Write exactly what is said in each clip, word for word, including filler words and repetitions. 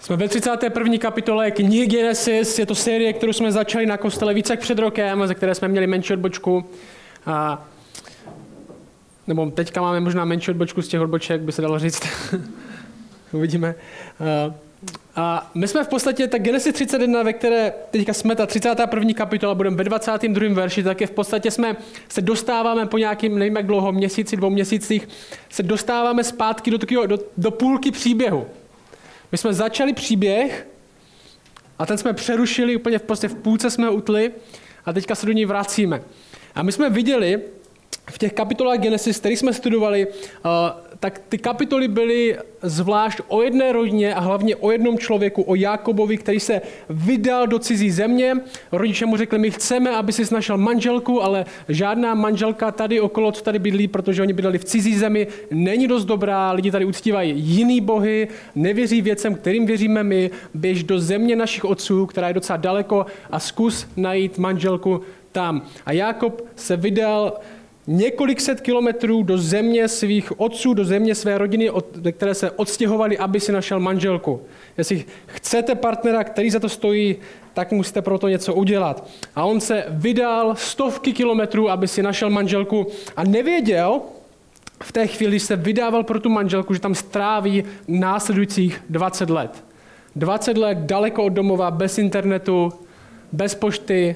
Jsme ve třicáté první kapitole knihy Genesis, je to série, kterou jsme začali na kostele více jak před rokem, ze které jsme měli menší odbočku. A, nebo teďka máme možná menší odbočku z těch odboček, by se dalo říct. Uvidíme. A, a my jsme v podstatě, tak Genesis třicet jedna, ve které teďka jsme, ta třicátá první kapitola, budeme ve dvacátém druhém verši, tak je v podstatě jsme se dostáváme po nějakým, nevím jak dlouho, měsíci, dvou měsících, se dostáváme zpátky do, takového, do, do půlky příběhu. My jsme začali příběh a ten jsme přerušili, úplně v, prostě v půlce jsme ho utli a teďka se do něj vracíme. A my jsme viděli v těch kapitolách Genesis, které jsme studovali, tak ty kapitoly byly zvlášť o jedné rodině a hlavně o jednom člověku, o Jákobovi, který se vydal do cizí země. Rodiče mu řekli, my chceme, aby jsi našel manželku, ale žádná manželka tady okolo, co tady bydlí, protože oni bydleli v cizí zemi, není dost dobrá, lidi tady uctívají jiný bohy, nevěří věcem, kterým věříme my, běž do země našich otců, která je docela daleko a zkus najít manželku tam. A Jákob se vydal několik set kilometrů do země svých otců, do země své rodiny, do které se odstěhovali, aby si našel manželku. Jestli chcete partnera, který za to stojí, tak musíte pro to něco udělat. A on se vydal stovky kilometrů, aby si našel manželku a nevěděl v té chvíli, když se vydával pro tu manželku, že tam stráví následujících dvacet let. dvacet let daleko od domova, bez internetu, bez pošty,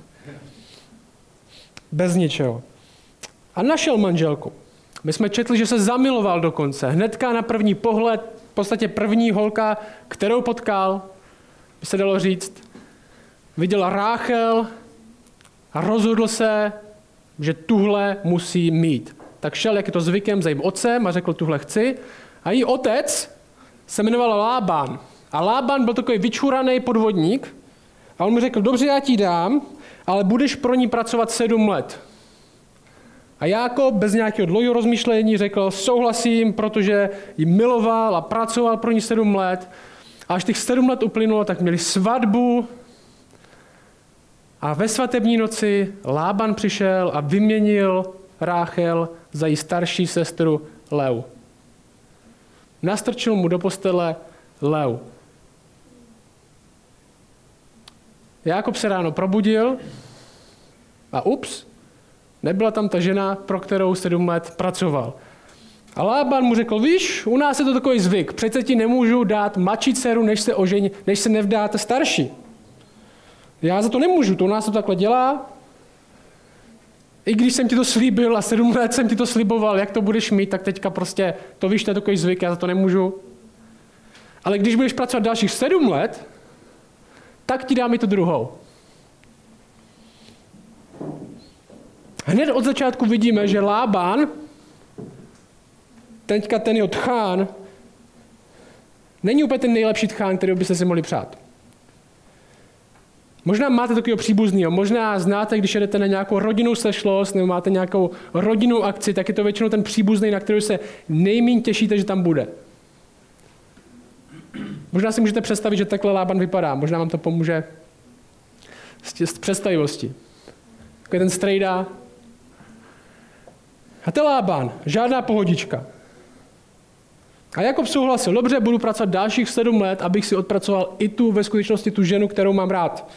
bez ničeho. A našel manželku. My jsme četli, že se zamiloval dokonce. Hnedka na první pohled, v podstatě první holka, kterou potkal, by se dalo říct, viděl Ráchel a rozhodl se, že tuhle musí mít. Tak šel, jak je to zvykem, za jejím otcem a řekl, tuhle chci. A její otec se jmenoval Lában. A Lában byl takový vyčuraný podvodník a on mu řekl, dobře, já ti dám, ale budeš pro ní pracovat sedm let. A Jákob bez nějakého dlouhého rozmýšlení řekl, souhlasím, protože ji miloval a pracoval pro ní sedm let. A až těch sedm let uplynulo, tak měli svatbu. A ve svatební noci Lában přišel a vyměnil Ráchel za její starší sestru Leu. Nastrčil mu do postele Leu. Jákob se ráno probudil a ups, nebyla tam ta žena, pro kterou sedm let pracoval. A Lában mu řekl, víš, u nás je to takový zvyk, přece ti nemůžu dát mladší dceru, než se, ožení, než se nevdáte starší. Já za to nemůžu, to u nás to takhle dělá. I když jsem ti to slíbil a sedm let jsem ti to sliboval, jak to budeš mít, tak teďka prostě, to víš, to je takový zvyk, já za to nemůžu. Ale když budeš pracovat dalších sedm let, tak ti dám i tu druhou. Hned od začátku vidíme, že Lában, teďka ten jeho tchán, není úplně ten nejlepší tchán, který byste si mohli přát. Možná máte takového příbuznýho, možná znáte, když jedete na nějakou rodinnou sešlost, nebo máte nějakou rodinnou akci, tak je to většinou ten příbuzný, na který se nejméně těšíte, že tam bude. Možná si můžete představit, že takhle Lában vypadá, možná vám to pomůže z představivosti. Takový ten strejda. A to Lában, žádná pohodička. A Jakob souhlasil, dobře, budu pracovat dalších sedm let, abych si odpracoval i tu ve skutečnosti tu ženu, kterou mám rád.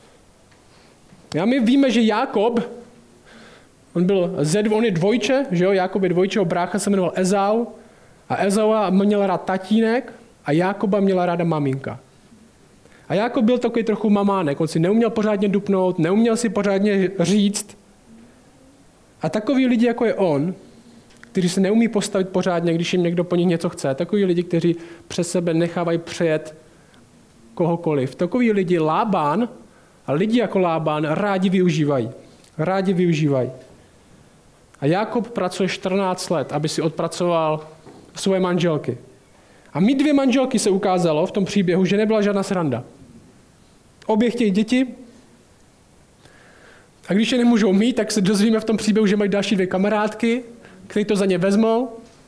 A my víme, že Jákob, on byl ze, on je dvojče, že jo, Jákob je dvojče, jeho brácha se jmenoval Ezau a Ezaua měl rád tatínek a Jákoba měla ráda maminka. A Jákob byl takový trochu mamánek, on si neuměl pořádně dupnout, neuměl si pořádně říct. A takový lidi, jako je on, kteří se neumí postavit pořádně, když jim někdo po nich něco chce, takový lidi, kteří přes sebe nechávají přejet kohokoliv. Takový lidi Lában a lidi jako Lában rádi využívají. Rádi využívají. A Jákob pracuje čtrnáct let, aby si odpracoval svoje manželky. A mít dvě manželky se ukázalo v tom příběhu, že nebyla žádná sranda. Obě chtějí děti. A když je nemůžou mít, tak se dozvíme v tom příběhu, že mají další dvě kamarádky, které to za ně vezmou.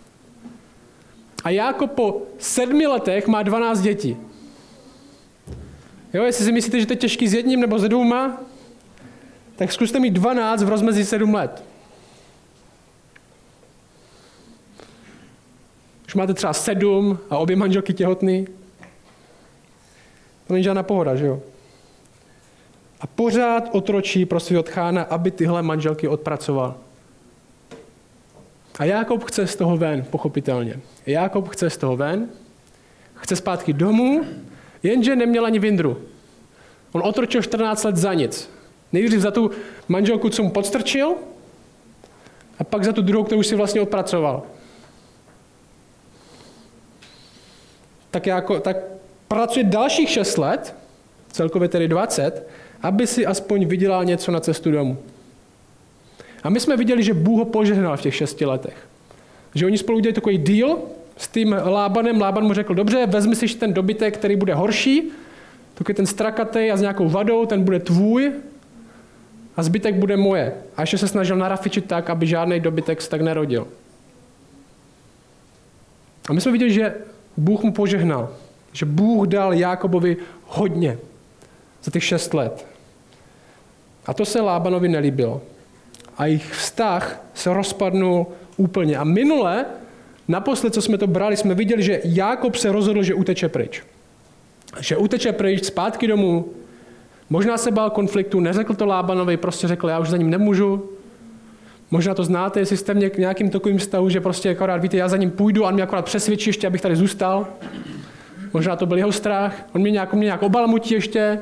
A Jákob po sedmi letech má dvanáct dětí. Jo, jestli si myslíte, že to je těžký s jedním nebo s dvouma, tak zkuste mít dvanáct v rozmezí sedm let. Už máte třeba sedm a obě manželky těhotný. To není žádná pohoda, že jo? A pořád otročí pro svého tchána, aby tyhle manželky odpracoval. A Jákob chce z toho ven, pochopitelně. Jákob chce z toho ven, chce zpátky domů, jenže neměl ani vindru. On otročil čtrnáct let za nic. Nejdřív za tu manželku, co mu podstrčil, a pak za tu druhou, kterou si vlastně odpracoval. Tak, jako, tak pracuje dalších šest let, celkově tedy dvacet, aby si aspoň vydělal něco na cestu domů. A my jsme viděli, že Bůh ho požehnal v těch šesti letech. Že oni spolu udělali takový deal s tím Lábanem. Lában mu řekl, dobře, vezmi si ten dobytek, který bude horší, takový ten strakatej a s nějakou vadou, ten bude tvůj a zbytek bude moje. A ještě se snažil narafičit tak, aby žádný dobytek se tak nerodil. A my jsme viděli, že Bůh mu požehnal. Že Bůh dal Jákobovi hodně za těch šest let. A to se Lábanovi nelíbilo. A jejich vztah se rozpadnul úplně. A minule, naposled, co jsme to brali, jsme viděli, že Jákob se rozhodl, že uteče pryč. Že uteče pryč, zpátky domů. Možná se bál konfliktu, neřekl to Lábanovi, prostě řekl, já už za ním nemůžu. Možná to znáte, jestli jste v nějakým takovým stavu, že prostě akorát víte, já za ním půjdu a on mě akorát přesvědčí ještě, abych tady zůstal. Možná to byl jeho strach, on mě nějak, mě nějak obalmutí ještě.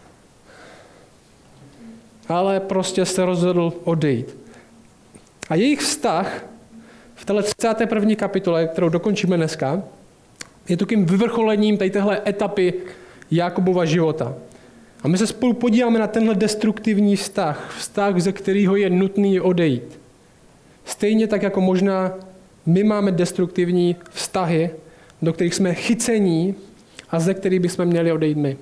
Ale prostě se rozhodl odejít. A jejich vztah v téhle třicáté první kapitole, kterou dokončíme dneska, je takovým vyvrcholením tady téhle etapy Jákobova života. A my se spolu podíváme na tenhle destruktivní vztah, vztah, ze kterého je nutný odejít. Stejně tak, jako možná my máme destruktivní vztahy, do kterých jsme chycení a ze kterých bychom měli odejít my.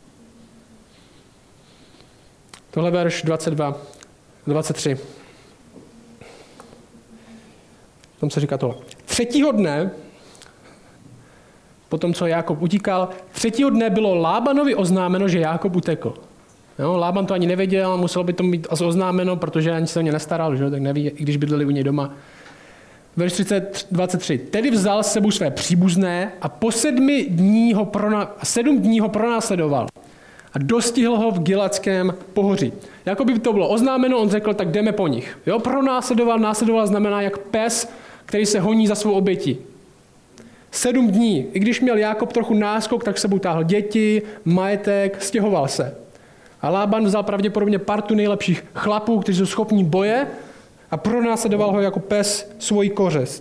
Tohle verš dvacet dva, dvacet tři. Tam se říká tohle. Třetího dne, po tom, co Jákob utíkal, třetího dne bylo Lábanovi oznámeno, že Jákob utekl. Jo, Lában to ani nevěděl, muselo by to mít asi oznámeno, protože ani se o ně nestaral, že? Tak neví, i když bydleli u něj doma. Verš třicet, dvacet tři. Tedy vzal s sebou své příbuzné a po sedmi dní ho prona, sedm dní ho pronásledoval. A dostihl ho v Gileadském pohoří. Jako by to bylo oznámeno, on řekl, tak jdeme po nich. Jo, pronásledoval, následoval znamená jak pes, který se honí za svou obětí. Sedm dní. I když měl Jákob trochu náskok, tak sebou táhl děti, majetek, stěhoval se. A Lában vzal pravděpodobně partu nejlepších chlapů, kteří jsou schopní boje a pronásledoval ho jako pes svoji kořist.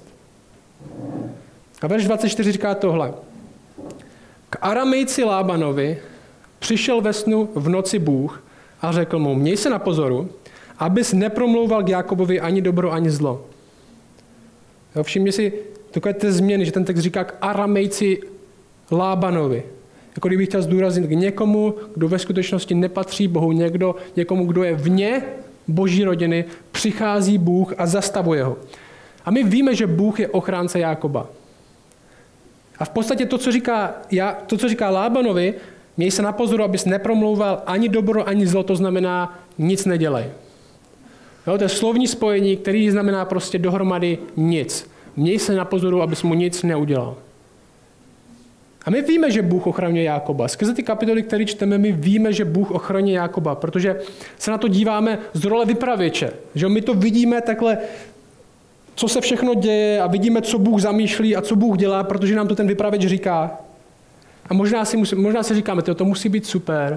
A verš dvacet čtyři říká tohle. K Aramejci Lábanovi přišel ve snu v noci Bůh a řekl mu, měj se na pozoru, abys nepromlouval k Jákobovi ani dobro, ani zlo. Jo, všimni si takové ty změny, že ten text říká k Aramejci Lábanovi. Jako kdybych chtěl zdůraznit k někomu, kdo ve skutečnosti nepatří Bohu, někdo, někomu, kdo je vně Boží rodiny, přichází Bůh a zastavuje ho. A my víme, že Bůh je ochránce Jákoba. A v podstatě to, co říká, to, co říká Lábanovi, měj se na pozoru, abys nepromlouval ani dobro, ani zlo, to znamená nic nedělej. Jo, to je slovní spojení, který znamená prostě dohromady nic. Měj se na pozoru, abys mu nic neudělal. A my víme, že Bůh ochraňuje Jákoba. Skrze ty kapitoly, které čteme, my víme, že Bůh ochraňuje Jákoba, protože se na to díváme z role vypravěče. Že my to vidíme takhle, co se všechno děje a vidíme, co Bůh zamýšlí a co Bůh dělá, protože nám to ten vypravěč říká. A možná si, musí, možná si říkáme, to musí být super.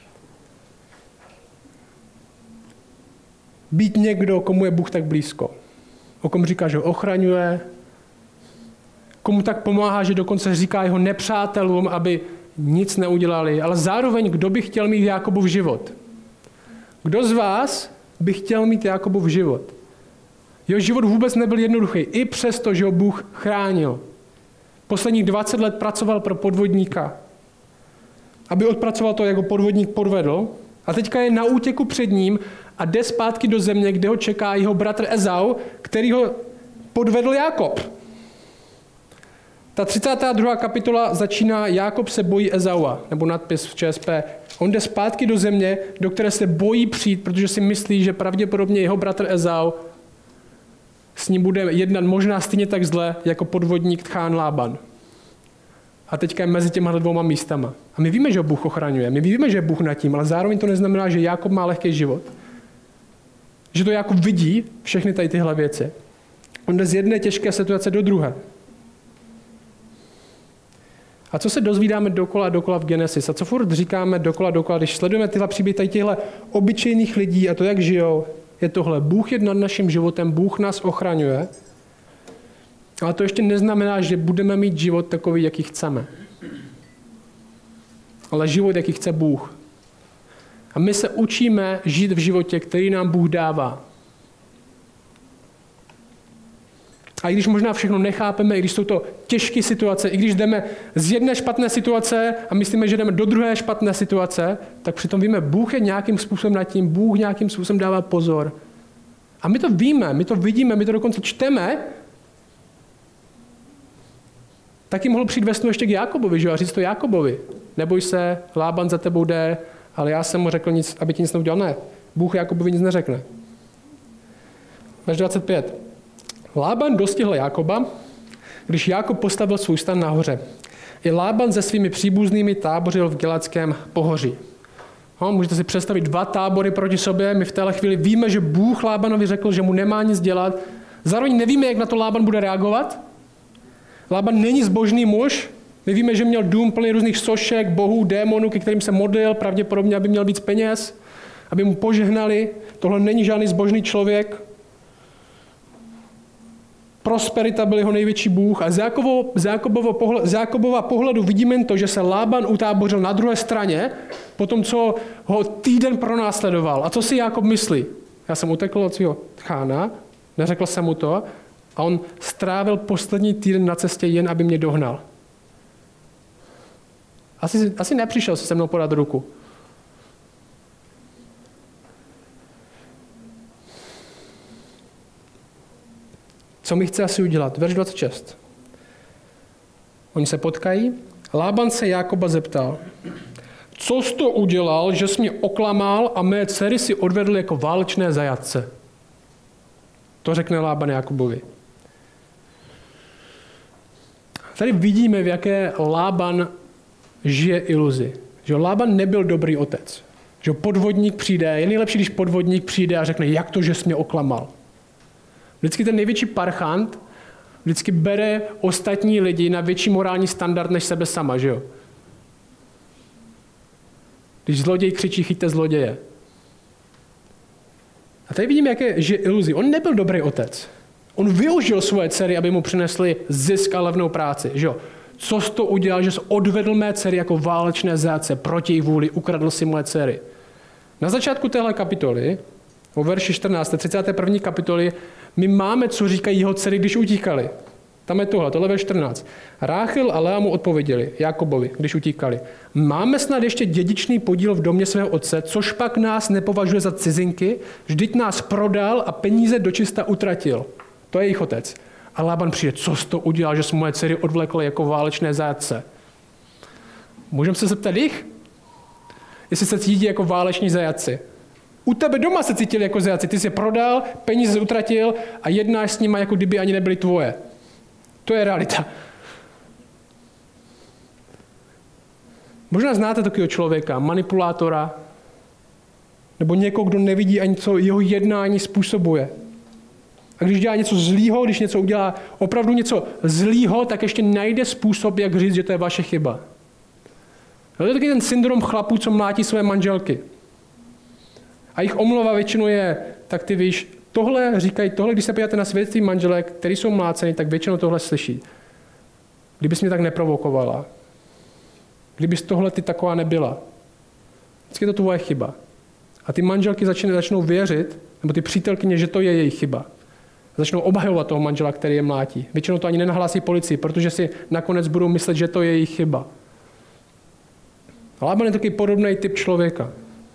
Být někdo, komu je Bůh tak blízko. O kom říká, že ho ochraňuje, komu tak pomáhá, že dokonce říká jeho nepřátelům, aby nic neudělali, ale zároveň, kdo by chtěl mít Jákobův život? Kdo z vás by chtěl mít Jákobův život? Jeho život vůbec nebyl jednoduchý, i přesto, že ho Bůh chránil. Posledních dvacet let pracoval pro podvodníka, aby odpracoval to, jak ho podvodník podvedl, a teďka je na útěku před ním a jde zpátky do země, kde ho čeká jeho bratr Ezau, který ho podvedl Jákob. Ta třicátá druhá kapitola začíná Jákob se bojí Ezaua, nebo nadpis v ČSP. On jde zpátky do země, do které se bojí přijít, protože si myslí, že pravděpodobně jeho bratr Ezau s ním bude jednat možná stejně tak zle, jako podvodník tchán Lában. a teďka je mezi těma dvouma místama. A my víme, že Bůh ochraňuje, my víme, že je Bůh nad tím, ale zároveň to neznamená, že Jákob má lehký život. Že to Jákob vidí všechny tady tyhle věci. On jde z jedné těžké situace do druhé. A co se dozvídáme dokola a dokola v Genesis? A co furt říkáme dokola a dokola, když sledujeme tyhle příběhy tady těchto obyčejných lidí a to, jak žijou, je tohle. Bůh je nad naším životem, Bůh nás ochraňuje. Ale to ještě neznamená, že budeme mít život takový, jaký chceme. Ale život, jaký chce Bůh. A my se učíme žít v životě, který nám Bůh dává. A i když možná všechno nechápeme, i když jsou to těžké situace, i když jdeme z jedné špatné situace a myslíme, že jdeme do druhé špatné situace, tak přitom víme, Bůh je nějakým způsobem nad tím, Bůh nějakým způsobem dává pozor. A my to víme, my to vidíme, my to dokonce čteme. Taky mohl přijít ve snu ještě k Jákobovi, že? A říct to Jákobovi. Neboj se, Lában za tebou jde, ale já jsem mu řekl, nic, aby ti nic neudělal. Ne, Bůh Jákobovi nic neřekne. Verš dvacet pět. Lában dostihl Jákoba, když Jákob postavil svůj stan nahoře. I Lában se svými příbuznými tábořil v Gileadském pohoří. No, můžete si představit dva tábory proti sobě. My v téhle chvíli víme, že Bůh Lábanovi řekl, že mu nemá nic dělat. Zároveň nevíme, jak na to Lában bude reagovat. Lában není zbožný muž. My víme, že měl dům plný různých sošek, bohů, démonů, ke kterým se modlil, pravděpodobně, aby měl víc peněz, aby mu požehnali. Tohle není žádný zbožný člověk. Prosperita byl jeho největší bůh a z, Jákobo, z, Jákobovo pohled, z Jákobova pohledu vidíme jen to, že se Lában utábořil na druhé straně, po tom, co ho týden pronásledoval. A co si Jákob myslí? Já jsem utekl od svého chána, neřekl jsem mu to a on strávil poslední týden na cestě jen, aby mě dohnal. Asi, asi nepřišel se mnou podat ruku. Co mi chce asi udělat? Verš dvacet šest. Oni se potkají. Lában se Jákoba zeptal, co jsi to udělal, že jsi mě oklamal a mé dcery si odvedl jako válečné zajatce? To řekne Lában Jákobovi. Tady vidíme, v jaké Lában žije iluzi. Že Lában nebyl dobrý otec. Že podvodník přijde, je nejlepší, když podvodník přijde a řekne, jak to, že jsi mě oklamal. Vždycky ten největší parchant vždycky bere ostatní lidi na větší morální standard než sebe sama, že jo? Když zloděj křičí, chyťte zloděje. A tady vidíme, jaké žije iluzi. On nebyl dobrý otec. On využil svoje dcery, aby mu přinesli zisk a levnou práci, že jo? Co jsi to udělal, že jsi odvedl mé dcery jako válečné zátce, proti jejich vůli, ukradl si moje dcery. Na začátku téhle kapitoly, o verši čtrnáct, třicáté první kapitoly, my máme, co říkají jeho dcery, když utíkali. Tam je tohle, tohle verš čtrnáct. Ráchel a Lea mu odpověděli, Jákobovi, když utíkali. Máme snad ještě dědičný podíl v domě svého otce, což pak nás nepovažuje za cizinky, vždyť nás prodal a peníze dočista utratil. To je jejich otec. A Lában přijde, co jsi to udělal, že jsi moje dcery odvlekl jako válečné zajatce. Můžeme se zeptat jich? Jestli se cítí jako váleční zajatci. U tebe doma se cítili jako zajatci. Ty jsi je prodal, peníze utratil a jednáš s nima, jako kdyby ani nebyly tvoje. To je realita. Možná znáte takového člověka, manipulátora, nebo někoho, kdo nevidí ani, co jeho jednání způsobuje. A když dělá něco zlýho, když něco udělá opravdu něco zlýho, tak ještě najde způsob, jak říct, že to je vaše chyba. To je taky ten syndrom chlapů, co mlátí své manželky. A jejich omluva většinou je, tak ty víš, tohle říkají, tohle, když se podíváte na svědectví manželek, který jsou mláceny, tak většinou tohle slyší. Kdybys mě tak neprovokovala. Kdybys tohle ty taková nebyla. Vždycky je to tvoje chyba. A ty manželky začnou, začnou věřit, nebo ty přítelkyně, že to je jejich chyba. Začnou obhajovat toho manžela, který je mlátí. Většinou to ani nenahlásí policii, protože si nakonec budou myslet, že to je jejich chyba. Lában je taky podobný typ člověka.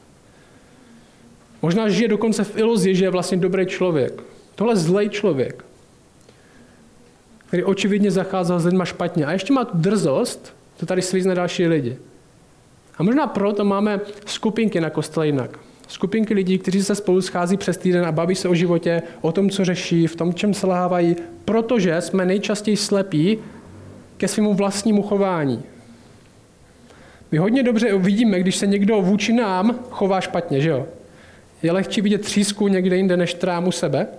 Možná žije dokonce v iluzi, že je vlastně dobrý člověk. Tohle je zlej člověk, který očividně zacházel s lidma špatně. A ještě má tu drzost, to tady svízne další lidi. A možná proto máme skupinky na kostele jinak. Skupinky lidí, kteří se spolu schází přes týden a baví se o životě, o tom, co řeší, v tom, čem selhávají, protože jsme nejčastěji slepí ke svému vlastnímu chování. My hodně dobře vidíme, když se někdo vůči nám chová špatně, že jo? Je lehčí vidět třísku někde jinde, než trámu sebe.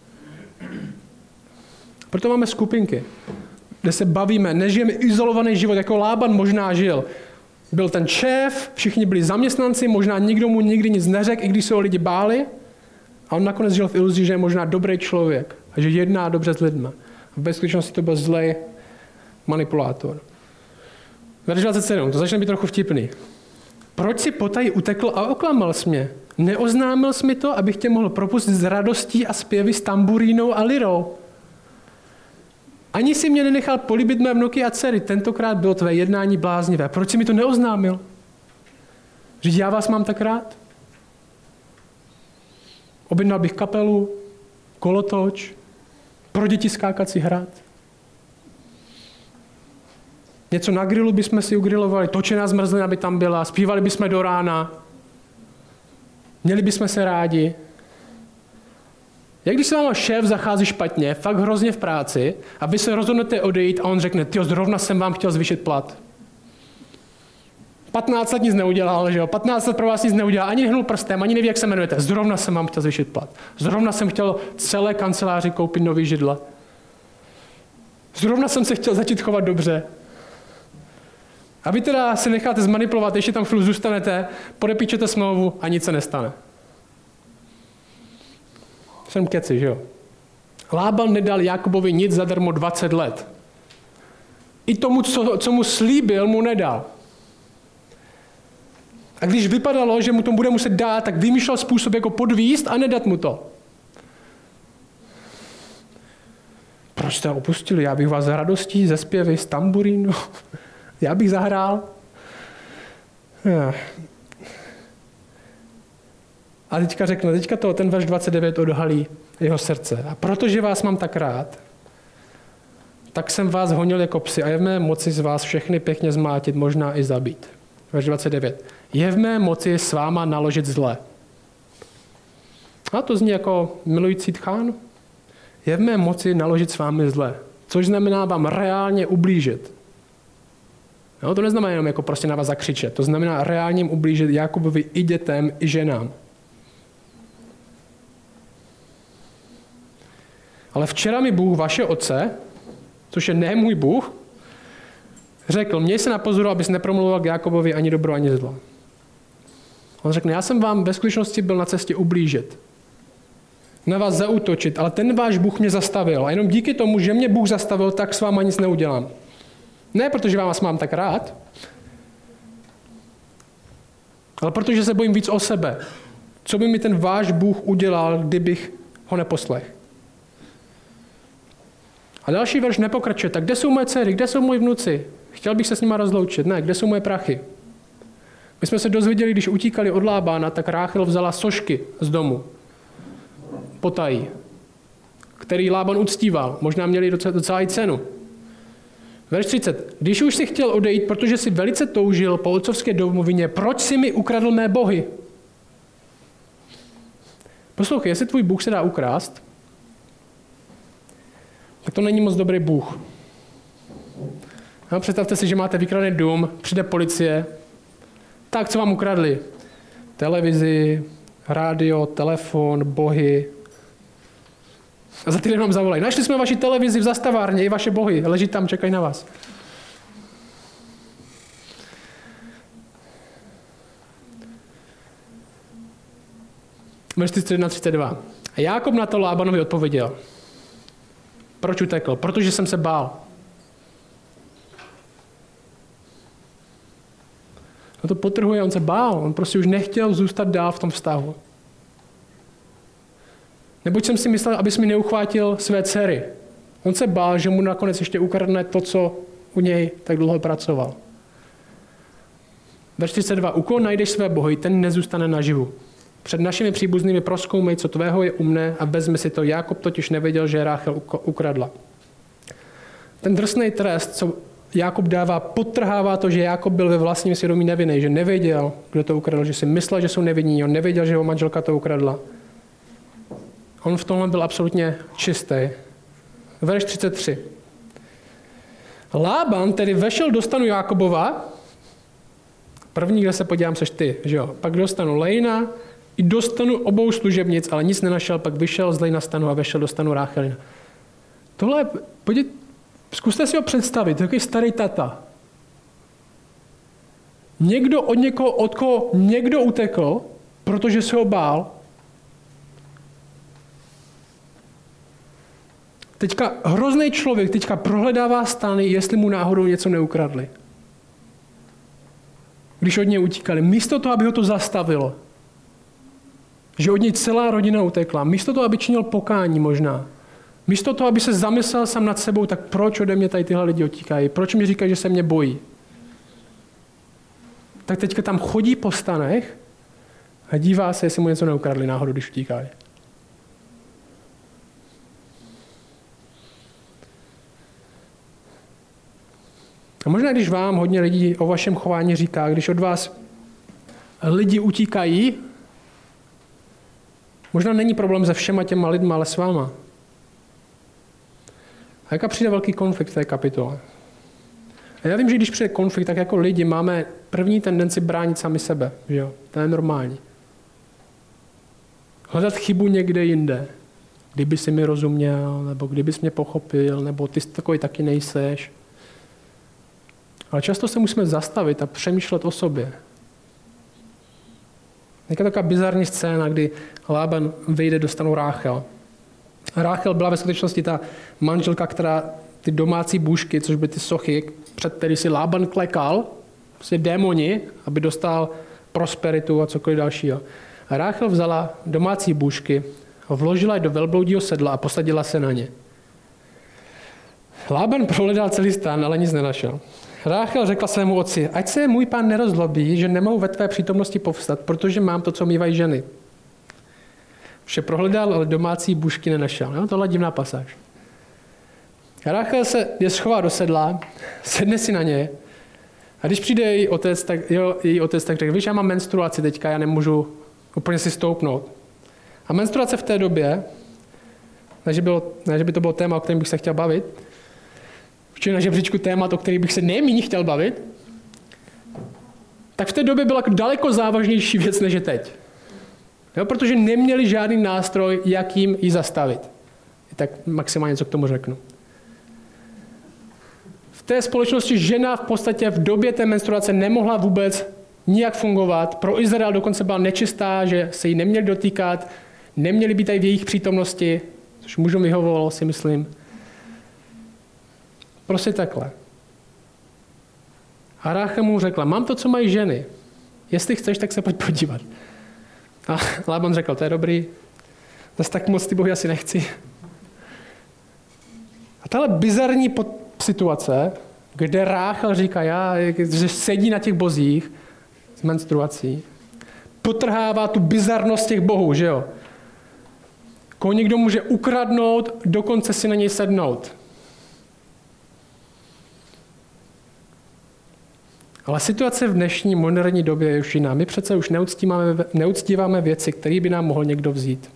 Proto máme skupinky, kde se bavíme, nežijeme izolovaný život, jako Lában možná žil. Byl ten šéf, všichni byli zaměstnanci, možná nikdo mu nikdy nic neřekl, i když se ho lidi báli. A on nakonec žil v iluzi, že je možná dobrý člověk a že jedná dobře s lidma. A ve skutečnosti to byl zlej manipulátor. Verš dvacet sedm, to začne být trochu vtipný. Proč si potají utekl a oklamal jsi mě? Neoznámil jsi mi to, abych tě mohl propustit s radostí a zpěvy s tamburínou a lirou. Ani si mě nenechal políbit mé vnuky a dcery. Tentokrát bylo tvé jednání bláznivé. Proč jsi mi to neoznámil? Říct, já vás mám tak rád? Objednal bych kapelu, kolotoč, pro děti skákací hrad. Něco na grilu bychom si ugrilovali, točená zmrzlina by tam byla, zpívali bychom do rána, měli bychom se rádi. Jak když se vám šéf zachází špatně, fakt hrozně v práci, a vy se rozhodnete odejít a on řekne, tyjo, zrovna jsem vám chtěl zvýšit plat. patnáct let nic neudělal, že jo? patnáct let pro vás nic neudělal, ani nehnul prstem, ani neví, jak se jmenujete. Zrovna jsem vám chtěl zvýšit plat. Zrovna jsem chtěl celé kanceláři koupit nový židle. Zrovna jsem se chtěl začít chovat dobře. A vy teda se necháte zmanipulovat, ještě tam chvíli zůstanete, podepíčete smlouvu a nic se nestane. Jsem keci, že jo? Lában nedal Jakobovi nic zadarmo dvacet let. I tomu, co, co mu slíbil, mu nedal. A když vypadalo, že mu to bude muset dát, tak vymýšlel způsob, jako podvíst a nedat mu to. Proč jste ho opustili? Já bych vás s radostí, ze zpěvy, z tamburínu, já bych zahrál. A teďka řekne, teďka to, ten verš dvacet devět odhalí jeho srdce. A protože vás mám tak rád, tak jsem vás honil jako psy a je v mé moci z vás všechny pěkně zmátit, možná i zabít. Verš dvacet devět. Je v mé moci s váma naložit zle. A to zní jako milující tchán. Je v mé moci naložit s vámi zle. Což znamená vám reálně ublížit. No, to neznamená jenom jako prostě na vás zakřičet. To znamená reálně ublížit Jakubovi i dětem, i ženám. Ale včera mi Bůh, vaše otce, což je ne můj Bůh, řekl, měj se na pozoru, abys nepromluval k Jakobovi ani dobro, ani zlo. On řekne, já jsem vám ve skutečnosti byl na cestě ublížit. Na vás zaútočit, ale ten váš Bůh mě zastavil. A jenom díky tomu, že mě Bůh zastavil, tak s váma nic neudělám. Ne protože vás mám tak rád, ale protože se bojím víc o sebe. Co by mi ten váš Bůh udělal, kdybych ho neposlech? A další verš nepokračuje. Tak kde jsou moje dcery, kde jsou moji vnuci? Chtěl bych se s nima rozloučit. Ne, kde jsou moje prachy? My jsme se dozvěděli, když utíkali od Lábána, tak Ráchel vzala sošky z domu. Potají. Který Lában uctíval. Možná měli docela i cenu. Verš třicet. Když už si chtěl odejít, protože si velice toužil po otcovské domovině, proč si mi ukradl mé bohy? Poslouchej, jestli tvůj Bůh se dá ukrást, tak to není moc dobrý Bůh. No, představte si, že máte vykradený dům, přijde policie. Tak, co vám ukradli? Televizi, rádio, telefon, bohy. A za týden vám zavolají. Našli jsme vaši televizi v zastavárně, i vaše bohy. Leží tam, čekají na vás. Verš třicet jedna třicet dva. A Jákob na to Lábanovi odpověděl. Proč utekl? Protože jsem se bál. No to potrhuje, on se bál. On prostě už nechtěl zůstat dál v tom vztahu. Neboť jsem si myslel, abys mi neuchvátil své dcery. On se bál, že mu nakonec ještě ukradne to, co u něj tak dlouho pracoval. Verš třicet dva. U koho najdeš své bohy, ten nezůstane naživu. Před našimi příbuznými prozkoumej, co tvého je u mne a vezmi si to. Jákob totiž nevěděl, že Ráchel ukradla. Ten drsný trest, co Jákob dává, podtrhává to, že Jákob byl ve vlastním svědomí nevinný, že nevěděl, kdo to ukradl, že si myslel, že jsou nevinní, on nevěděl, že jeho manželka to ukradla. On v tomhle byl absolutně čistý. Verš třicet tři. Lában tedy vešel do stanu Jákobova, první, kde se podívám, seš ty, že jo? Pak do stanu Lejna i do stanu obou služebnic, ale nic nenašel, pak vyšel z Lejna stanu a vešel do stanu Ráchelina. Tohle, pojď, zkuste si ho představit, takový starý tata. Někdo od někoho, od koho někdo utekl, protože se ho bál. Teďka hrozný člověk teďka prohledává stany, jestli mu náhodou něco neukradli. Když od něj utíkali. Místo toho, aby ho to zastavilo. Že od něj celá rodina utekla. Místo toho, aby činil pokání možná. Místo toho, aby se zamyslel sám nad sebou, tak proč ode mě tady tyhle lidi utíkají? Proč mi říkají, že se mě bojí? Tak teďka tam chodí po stanech a dívá se, jestli mu něco neukradli náhodou, když utíkají. A možná, když vám hodně lidí o vašem chování říká, když od vás lidi utíkají, možná není problém se všema těma lidma, ale s váma. A jaká přijde velký konflikt v té kapitole? A já vím, že když přijde konflikt, tak jako lidi máme první tendenci bránit sami sebe. Že jo? To je normální. Hledat chybu někde jinde. Kdyby si mi rozuměl, nebo kdybys mě pochopil, nebo ty takový taky nejseš. Ale často se musíme zastavit a přemýšlet o sobě. Je taková bizarní scéna, kdy Lában vejde do stanu Ráchel. Ráchel byla ve skutečnosti ta manželka, která ty domácí bůžky, což byly ty sochy, před který si Lában klekal, prostě démoni, aby dostal prosperitu a cokoliv dalšího. A Ráchel vzala domácí bůžky, vložila je do velbloudího sedla a posadila se na ně. Lában prohledal celý stan, ale nic nenašel. Ráchel řekla svému otci, ať se můj pán nerozlobí, že nemohu ve tvé přítomnosti povstat, protože mám to, co mývají ženy. Vše prohledal, ale domácí bůžky nenašel. Jo? Tohle je divná pasáž. Ráchel se je schová do sedla, sedne si na ně a když přijde její otec, tak, jo, její otec, tak řekne, víš, já mám menstruaci teďka, já nemůžu úplně si stoupnout. A menstruace v té době, ne že, bylo, ne, že by to bylo téma, o kterém bych se chtěl bavit, včetně na žebříčku témat, o kterých bych se nejméně chtěl bavit, tak v té době byla daleko závažnější věc, než je teď. Jo, protože neměli žádný nástroj, jak jim ji zastavit. Tak maximálně něco k tomu řeknu. V té společnosti žena v podstatě v době té menstruace nemohla vůbec nijak fungovat. Pro Izrael dokonce byla nečistá, že se jí neměli dotýkat, neměli být tady v jejich přítomnosti, což mužům vyhovovalo, si myslím. Prostě takhle. A Ráchel mu řekla, mám to, co mají ženy. Jestli chceš, tak se pojď podívat. A Lában řekl, to je dobrý, zase tak moc ty bohy asi nechci. A tahle bizarní situace, kde Ráchel říká, já, že sedí na těch bozích s menstruací, potrhává tu bizarnost těch bohů, že jo? Koho někdo může ukradnout, dokonce si na něj sednout. Ale situace v dnešní moderní době je už jiná. My přece už neuctíváme, neuctíváme věci, které by nám mohl někdo vzít.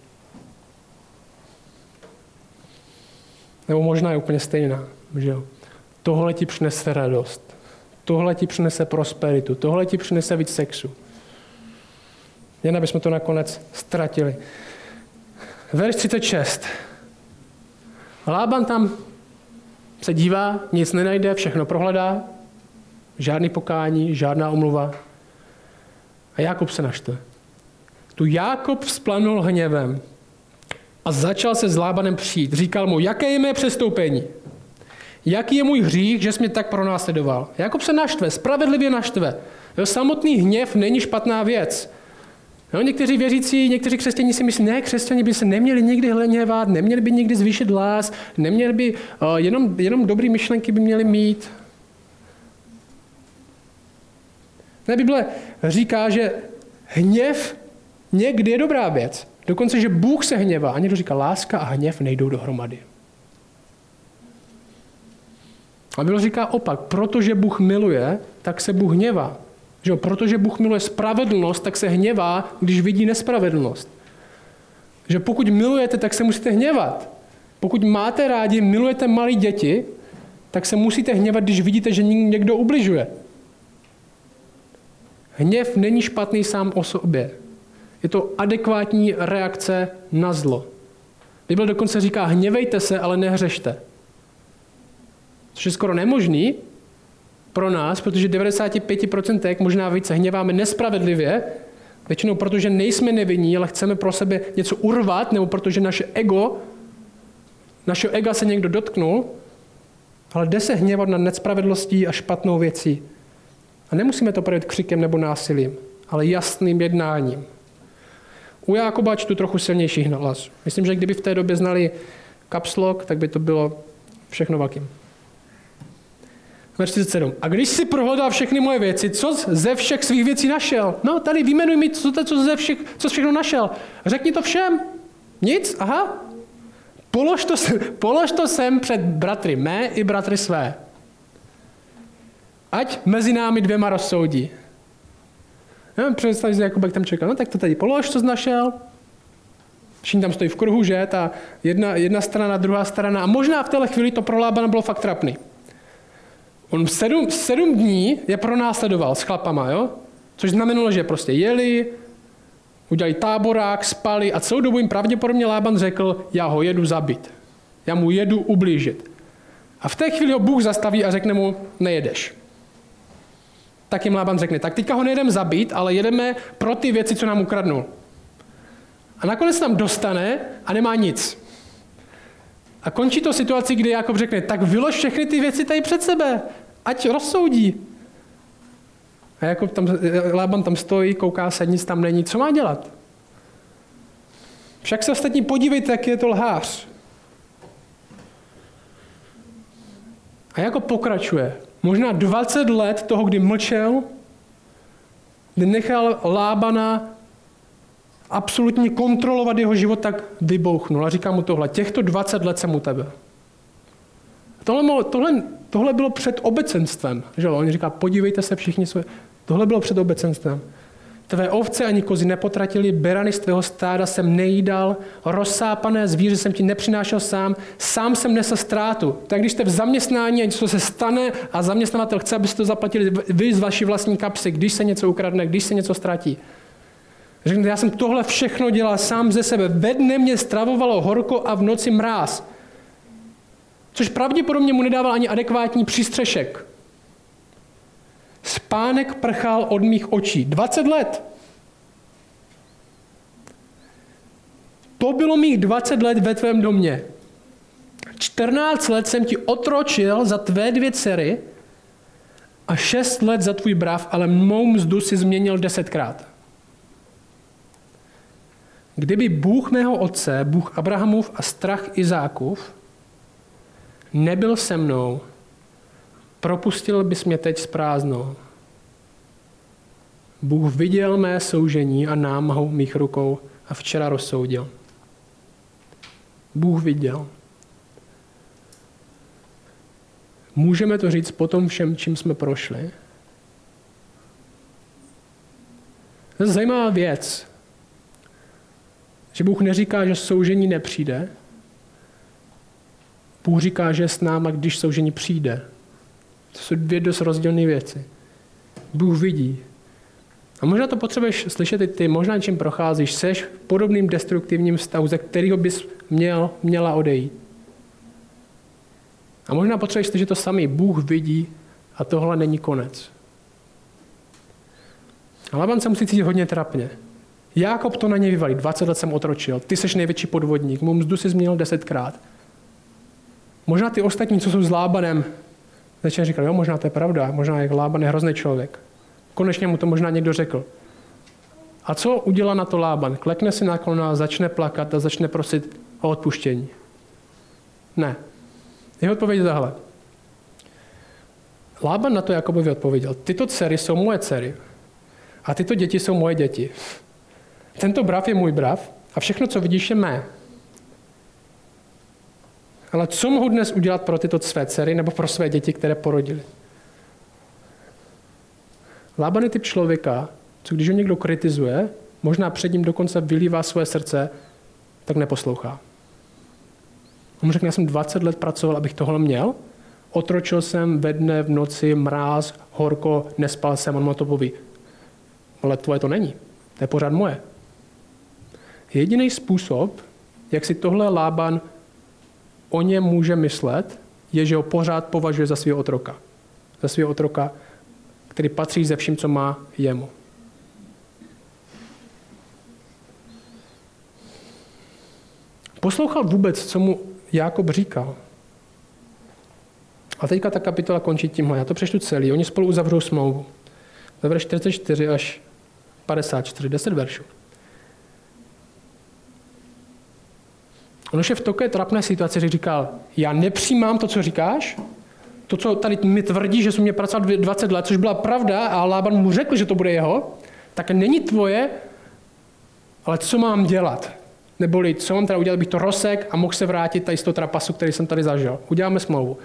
Nebo možná je úplně stejná. Že jo? Tohle ti přinese radost. Tohle ti přinese prosperitu. Tohle ti přinese víc sexu. Jen aby jsme to nakonec ztratili. Verš třicet šest. Lában tam se dívá, nic nenajde, všechno prohledá. Žádný pokání, žádná omluva. A Jákob se naštve. Tu Jákob vzplanul hněvem a začal se s Lábanem přijít. Říkal mu, jaké je mé přestoupení? Jaký je můj hřích, že jsi mě tak pronásledoval? Jákob se naštve, spravedlivě naštve. Jo, samotný hněv není špatná věc. Jo, někteří věřící, někteří křesťané si myslí, ne, křesťané by se neměli nikdy hněvat, neměli by nikdy zvýšit hlas, neměli by, uh, jenom, jenom dobrý myšlenky by měli mít. Ne, Bible říká, že hněv někdy je dobrá věc. Dokonce, že Bůh se hněvá. A někdo říká, láska a hněv nejdou dohromady. A Bible říká opak. Protože Bůh miluje, tak se Bůh hněvá. Že? Protože Bůh miluje spravedlnost, tak se hněvá, když vidí nespravedlnost. Že pokud milujete, tak se musíte hněvat. Pokud máte rádi, milujete malé děti, tak se musíte hněvat, když vidíte, že někdo ubližuje. Hněv není špatný sám o sobě. Je to adekvátní reakce na zlo. Bible dokonce říká, hněvejte se, ale nehřešte. Což je skoro nemožný pro nás, protože devadesát pět procent možná více hněváme nespravedlivě, většinou protože nejsme nevinní, ale chceme pro sebe něco urvat, nebo protože naše ego, našeho ega se někdo dotknul, ale jde se hněvat nad nespravedlností a špatnou věcí. A nemusíme to projít křikem nebo násilím, ale jasným jednáním. U Jákoba čtu trochu silnější hlas. Myslím, že kdyby v té době znali caps lock, tak by to bylo všechno velkým. Verš třicet sedm. A když si prohledal všechny moje věci, co ze všech svých věcí našel? No, tady vyjmenuj mi, co, to, co, ze všech, co všechno našel. Řekni to všem. Nic? Aha. Polož to, polož to sem před bratry mé i bratry své. Ať mezi námi dvěma rozsoudí. No, představ si, Jakubek tam čekal. No, tak to tady polož, co jsi našel. Všichni tam stojí v kruhu, že? Ta jedna, jedna strana, druhá strana. A možná v téhle chvíli to pro Lábana bylo fakt trapný. On sedm, sedm dní je pronásledoval s chlapama, jo? Což znamenalo, že prostě jeli, udělali táborák, spali a celou dobu jim pravděpodobně Lában řekl, já ho jedu zabít. Já mu jedu ublížit. A v té chvíli ho Bůh zastaví a řekne mu, nejedeš. Tak jim Lában řekne, tak teďka ho nejedeme zabít, ale jedeme pro ty věci, co nám ukradnul. A nakonec tam dostane a nemá nic. A končí to situaci, kdy Jákob řekne, tak vylož všechny ty věci tady před sebe, ať rozsoudí. A Jákob tam, Lában tam stojí, kouká se, nic tam není, co má dělat? Však se ostatní podívejte, jak je to lhář. A Jákob pokračuje. Možná dvacet let toho, kdy mlčel, kdy nechal Lábana absolutně kontrolovat jeho život, tak vybouchnul a říká mu tohle. Těchto dvacet let jsem u tebe. Tohle, tohle, tohle bylo před obecenstvem. Že? On říká, podívejte se všichni své. Tohle bylo před obecenstvem. Tvé ovce ani kozy nepotratili, berany z tvého stáda jsem nejídal, rozsápané zvíře jsem ti nepřinášel sám, sám jsem nesl ztrátu. Tak když jste v zaměstnání a něco se stane a zaměstnavatel chce, abyste to zaplatili vy z vaší vlastní kapsy, když se něco ukradne, když se něco ztratí. Řekněte, já jsem tohle všechno dělal sám ze sebe. Ve dne mě stravovalo horko a v noci mráz. Což pravděpodobně mu nedával ani adekvátní přístřešek. Spánek prchal od mých očí. dvacet let. To bylo mých dvacet let ve tvém domě. čtrnáct let jsem ti otročil za tvé dvě dcery a šest let za tvůj brav, ale mou mzdu si změnil desetkrát. Kdyby Bůh mého otce, Bůh Abrahamův a strach Izákův nebyl se mnou, propustil bys mě teď s prázdnou. Bůh viděl mé soužení a námahu mých rukou a včera rozsoudil. Bůh viděl. Můžeme to říct po tom všem, čím jsme prošli. To je zajímavá věc, že Bůh neříká, že soužení nepřijde. Bůh říká, že je s náma, když soužení přijde. To jsou dvě dost rozdílné věci. Bůh vidí. A možná to potřebuješ slyšet i ty, možná čím procházíš, seš v podobným destruktivním stavu, ze kterého bys měl, měla odejít. A možná potřebuješ slyšet to samý. Bůh vidí a tohle není konec. A Laban se musí cítit hodně trapně. Jákob to na něj vyvalí. dvacet let jsem otročil. Ty seš největší podvodník. Mou mzdu si změnil desetkrát. Možná ty ostatní, co jsou s Lábanem, začali říkat, jo, možná to je pravda. Možná jak Lában je hrozný člověk. Konečně mu to možná někdo řekl. A co udělá na to Lában? Klekne si na kolena, začne plakat a začne prosit o odpuštění. Ne. Jeho odpověď je tahle. Lában na to Jakobovi odpověděl. Tyto dcery jsou moje dcery. A tyto děti jsou moje děti. Tento brav je můj brav a všechno, co vidíš, je mé. Ale co mohu dnes udělat pro tyto své dcery nebo pro své děti, které porodili? Lában je typ člověka, co když ho někdo kritizuje, možná před ním dokonce vylívá své srdce, tak neposlouchá. On mu řekne, já jsem dvacet let pracoval, abych tohle měl, Otročil jsem ve dne, v noci, mráz, horko, nespal jsem. On mu to poví. Ale tvoje to není. To je pořád moje. Jediný způsob, jak si tohle Lában o něm může myslet, je, že ho pořád považuje za svého otroka. Za svého otroka, který patří ze vším, co má jemu. Poslouchal vůbec, co mu Jákob říkal. A teďka ta kapitola končí tímhle. Já to přečtu celý. Oni spolu uzavřou smlouvu. Ve verši čtyřicet čtyři až padesát čtyři, deset veršů. On už je v takové trapné situaci, že říkal, já nepřijímám to, co říkáš, to, co tady mi tvrdí, že jsi mě pracoval dvacet let, což byla pravda a Lában mu řekl, že to bude jeho, tak není tvoje, ale co mám dělat? Neboli, co mám teda udělat, bych to rozsek a mohl se vrátit tady z toho trapasu, který jsem tady zažil. Uděláme smlouvu.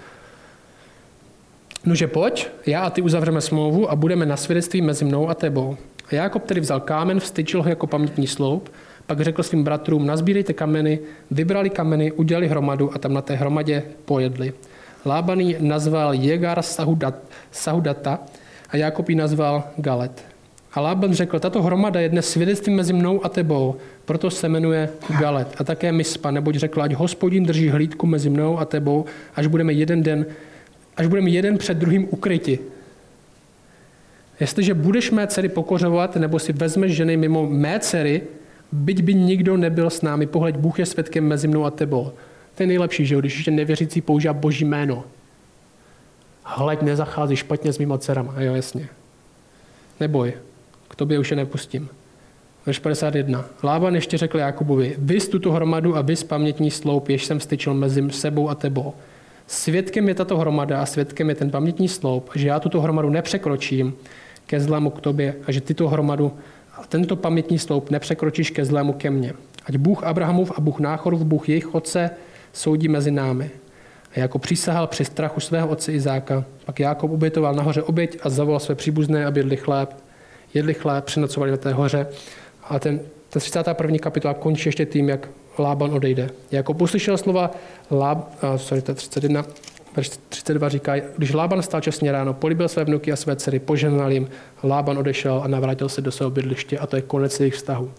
Nože pojď, já a ty uzavřeme smlouvu a budeme na svědectví mezi mnou a tebou. A Jákob tedy vzal kámen, vstyčil ho jako pamětní sloup, pak řekl svým bratrům, nazbírejte kameny, vybrali kameny, udělali hromadu a tam na té hromadě pojedli. Lában ji nazval Jegar Sahudata a Jákob ji nazval Galet. A Lában řekl, tato hromada je dnes svědectvím mezi mnou a tebou, proto se jmenuje Galet. A také Mispa, neboť řekla, ať Hospodin drží hlídku mezi mnou a tebou, až budeme jeden den, až budeme jeden před druhým ukryti. Jestliže budeš mé dcery pokořovat, nebo si vezmeš ženy mimo mé dcery, byť by nikdo nebyl s námi, pohleď, Bůh je svědkem mezi mnou a tebou. To je nejlepší, že jo, když ještě nevěřící používá Boží jméno. Hleď, nezachází špatně s mýma dcerama. A jo, jasně. Neboj, k tobě už je nepustím. Verš padesát jedna. Lában ještě řekl Jákobovi, vys tuto hromadu a vys pamětní sloup, jež jsem styčil mezi sebou a tebou. Svědkem je tato hromada a svědkem je ten pamětní sloup, že já tuto hromadu nepřekročím ke zlému k tobě a že tyto hromadu a tento pamětní sloup nepřekročíš ke zlému ke mně. Ať Bůh Abrahamův a Bůh Náchorův, Bůh jejich otce, soudí mezi námi. A jako přísahal při strachu svého otce Izáka, pak Jákob obětoval nahoře oběť a zavolal své příbuzné, aby jedli chléb. Jedli chléb, přenocovali na té hoře. A ten, ta třicátá první kapitola končí ještě tím, jak Lában odejde. Jákob uslyšel slova, Láp, sorry, to je třicet jedna, verš třicet dva říká, když Lában stál časně ráno, políbil své vnuky a své dcery, požehnal jim, Lában odešel a navrátil se do svého bydliště a to je konec jejich vztahu.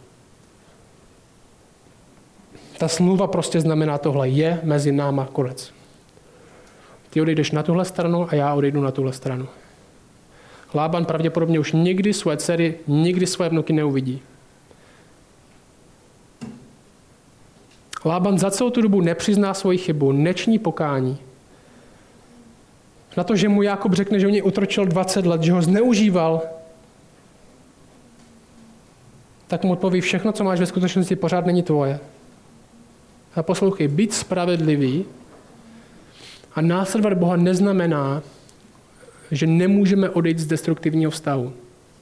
Ta smlouva prostě znamená tohle, je mezi náma konec. Ty odejdeš na tuhle stranu a já odejdu na tuhle stranu. Lában pravděpodobně už nikdy své dcery, nikdy své vnuky neuvidí. Lában za celou tu dobu nepřizná svoji chybu, nečiní pokání. Na to, že mu Jákob řekne, že o něj utročil dvacet let, že ho zneužíval, tak mu odpoví, všechno, co máš ve skutečnosti, pořád není tvoje. A poslouchej, být spravedlivý a následovat Boha neznamená, že nemůžeme odejít z destruktivního vztahu.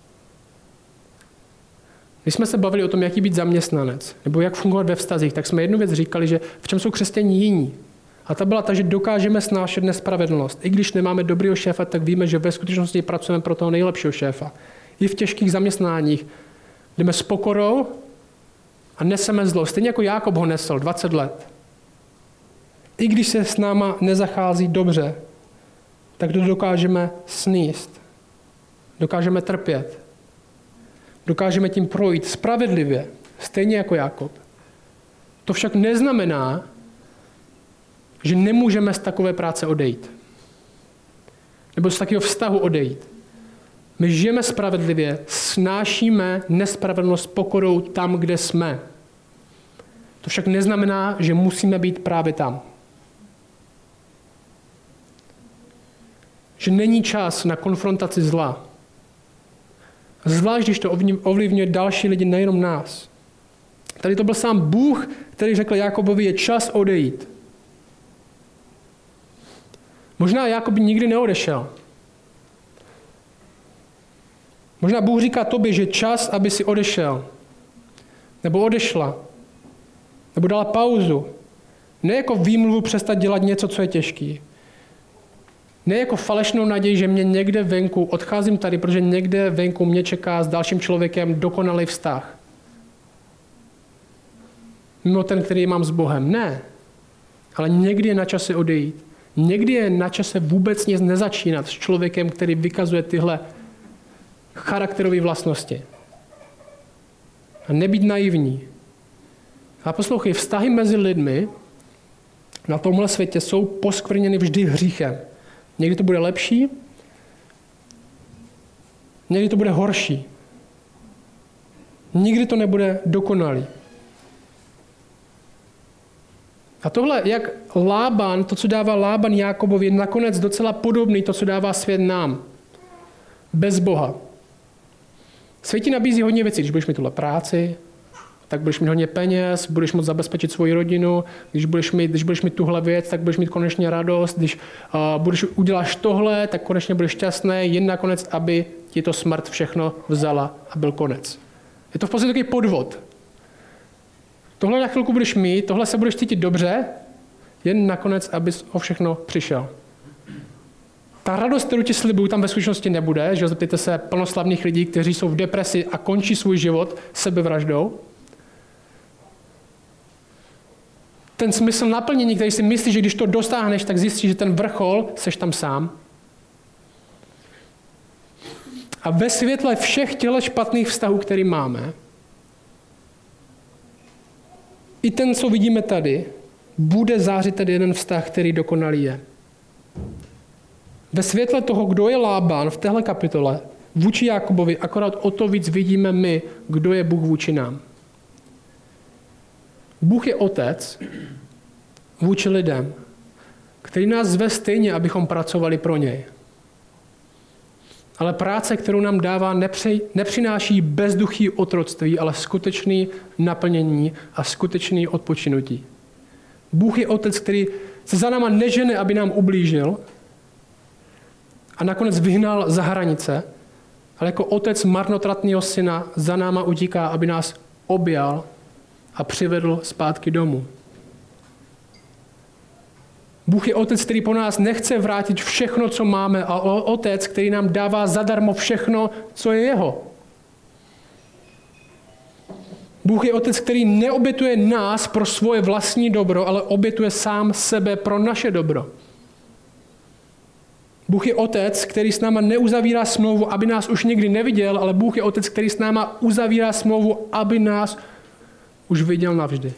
Když jsme se bavili o tom, jaký být zaměstnanec, nebo jak fungovat ve vztazích, tak jsme jednu věc říkali, že v čem jsou křesťané jiní. A ta byla ta, že dokážeme snášet nespravedlnost. I když nemáme dobrýho šéfa, tak víme, že ve skutečnosti pracujeme pro toho nejlepšího šéfa. I v těžkých zaměstnáních jdeme s pokorou a neseme zlo. Stejně jako Jákob ho nesl dvacet let. I když se s náma nezachází dobře, tak to dokážeme sníst. Dokážeme trpět. Dokážeme tím projít spravedlivě, stejně jako Jákob. To však neznamená, že nemůžeme z takové práce odejít. Nebo z takového vztahu odejít. My žijeme spravedlivě, snášíme nespravedlnost pokorou tam, kde jsme. To však neznamená, že musíme být právě tam. Že není čas na konfrontaci zla. Zvlášť, když to ovlivňuje další lidi, nejenom nás. Tady to byl sám Bůh, který řekl Jákobovi, je čas odejít. Možná Jákob nikdy neodešel. Možná Bůh říká tobě, že čas, aby si odešel. Nebo odešla. Nebo dala pauzu. Ne jako výmluvu přestat dělat něco, co je těžký. Ne jako falešnou naději, že mě někde venku, odcházím tady, protože někde venku mě čeká s dalším člověkem dokonalý vztah. Mimo ten, který mám s Bohem. Ne. Ale někdy je na čase odejít. Někdy je na čase vůbec nic nezačínat s člověkem, který vykazuje tyhle charakterové vlastnosti. A nebýt naivní. A poslouchej, vztahy mezi lidmi na tomhle světě jsou poskvrněny vždy hříchem. Někdy to bude lepší, někdy to bude horší. Nikdy to nebude dokonalý. A tohle, jak Lában, to, co dává Lában Jákobovi, je nakonec docela podobný to, co dává svět nám. Bez Boha. Svět ti nabízí hodně věcí. Když budeš mít tuhle práci, tak budeš mít hodně peněz, budeš moct zabezpečit svoji rodinu, když budeš mít, když budeš mít tuhle věc, tak budeš mít konečně radost, když uh, budeš uděláš tohle, tak konečně budeš šťastný, jen nakonec, aby ti to smrt všechno vzala a byl konec. Je to v podstatě takový podvod. Tohle na chvilku budeš mít, tohle se budeš cítit dobře, jen nakonec, abys o všechno přišel. Ta radost, kterou ti slibuju, tam ve skutečnosti nebude, že zeptejte se plnoslavných lidí, kteří jsou v depresi a končí svůj život sebevraždou. Ten smysl naplnění, který si myslíš, že když to dostáhneš, tak zjistíš, že ten vrchol seš tam sám. A ve světle všech těchto špatných vztahů, který máme, i ten, co vidíme tady, bude zářit tady jeden vztah, který dokonalý je. Ve světle toho, kdo je Lában v téhle kapitole, vůči Jákobovi, akorát o to víc vidíme my, kdo je Bůh vůči nám. Bůh je otec vůči lidem, který nás zve stejně, abychom pracovali pro něj. Ale práce, kterou nám dává, nepři, nepřináší bezduchý otroctví, ale skutečný naplnění a skutečný odpočinutí. Bůh je otec, který se za náma nežene, aby nám ublížil a nakonec vyhnal za hranice, ale jako otec marnotratného syna za náma utíká, aby nás objal a přivedl zpátky domů. Bůh je otec, který po nás nechce vrátit všechno, co máme, a otec, který nám dává zadarmo všechno, co je jeho. Bůh je otec, který neobětuje nás pro svoje vlastní dobro, ale obětuje sám sebe pro naše dobro. Bůh je otec, který s náma neuzavírá smlouvu, aby nás už nikdy neviděl, ale Bůh je otec, který s náma uzavírá smlouvu, aby nás už viděl navždy.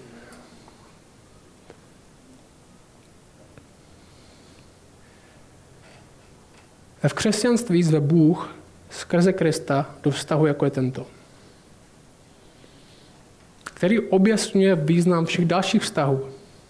V křesťanství zve Bůh skrze Krista do vztahu, jako je tento, který objasňuje význam všech dalších vztahů,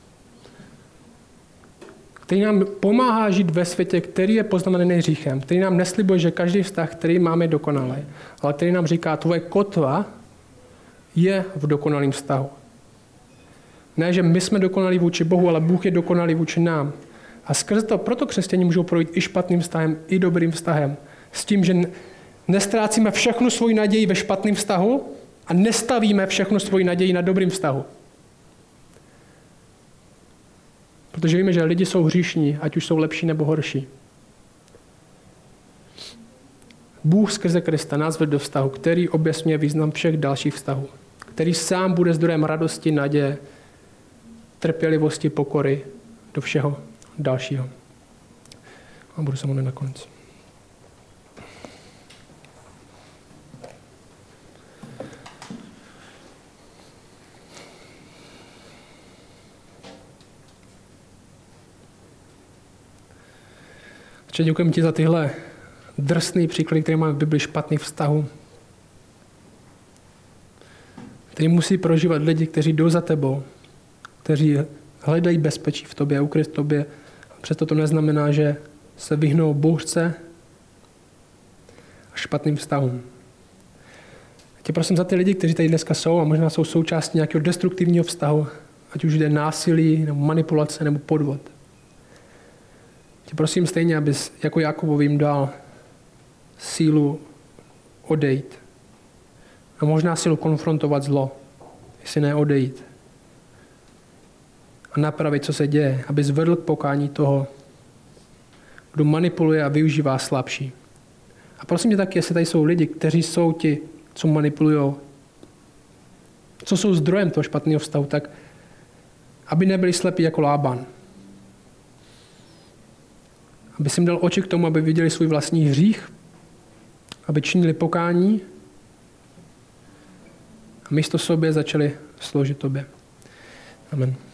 který nám pomáhá žít ve světě, který je poznamenaný hříchem, který nám neslibuje, že každý vztah, který máme, je dokonalý, ale který nám říká, tvoje kotva je v dokonalém vztahu. Ne, že my jsme dokonalí vůči Bohu, ale Bůh je dokonalý vůči nám. A skrze to, proto křesťané můžou projít i špatným vztahem, i dobrým vztahem. S tím, že nestrácíme všechnu svoji naději ve špatném vztahu a nestavíme všechnu svoji naději na dobrým vztahu. Protože víme, že lidi jsou hříšní, ať už jsou lepší nebo horší. Bůh skrze Krista nás vedl do vztahu, který objasňuje význam všech dalších vztahů. Který sám bude zdrojem radosti, naděje, trpělivosti, pokory do všeho dalšího. A budu se modlit nakonec. Otče, děkujeme ti za tyhle drsný příklady, které máme v Bibli špatných vztahů, který musí prožívat lidi, kteří jdou za tebou, kteří hledají bezpečí v tobě a ukryt v tobě. Přesto to neznamená, že se vyhnou bouřce a špatným vztahům. Tě prosím za ty lidi, kteří tady dneska jsou a možná jsou součástí nějakého destruktivního vztahu, ať už jde násilí, nebo manipulace, nebo podvod. Tě prosím stejně, abys jako Jákobovi jim dal sílu odejít. A možná sílu konfrontovat zlo, jestli ne odejít. A napravit, co se děje, aby zvedl k pokání toho, kdo manipuluje a využívá slabší. A prosím tě taky, jestli tady jsou lidi, kteří jsou ti, co manipulují, co jsou zdrojem toho špatného vztahu, tak aby nebyli slepí jako Lában. aby jsi jim dal oči k tomu, aby viděli svůj vlastní hřích, aby činili pokání a místo sobě začali sloužit tobě. Amen.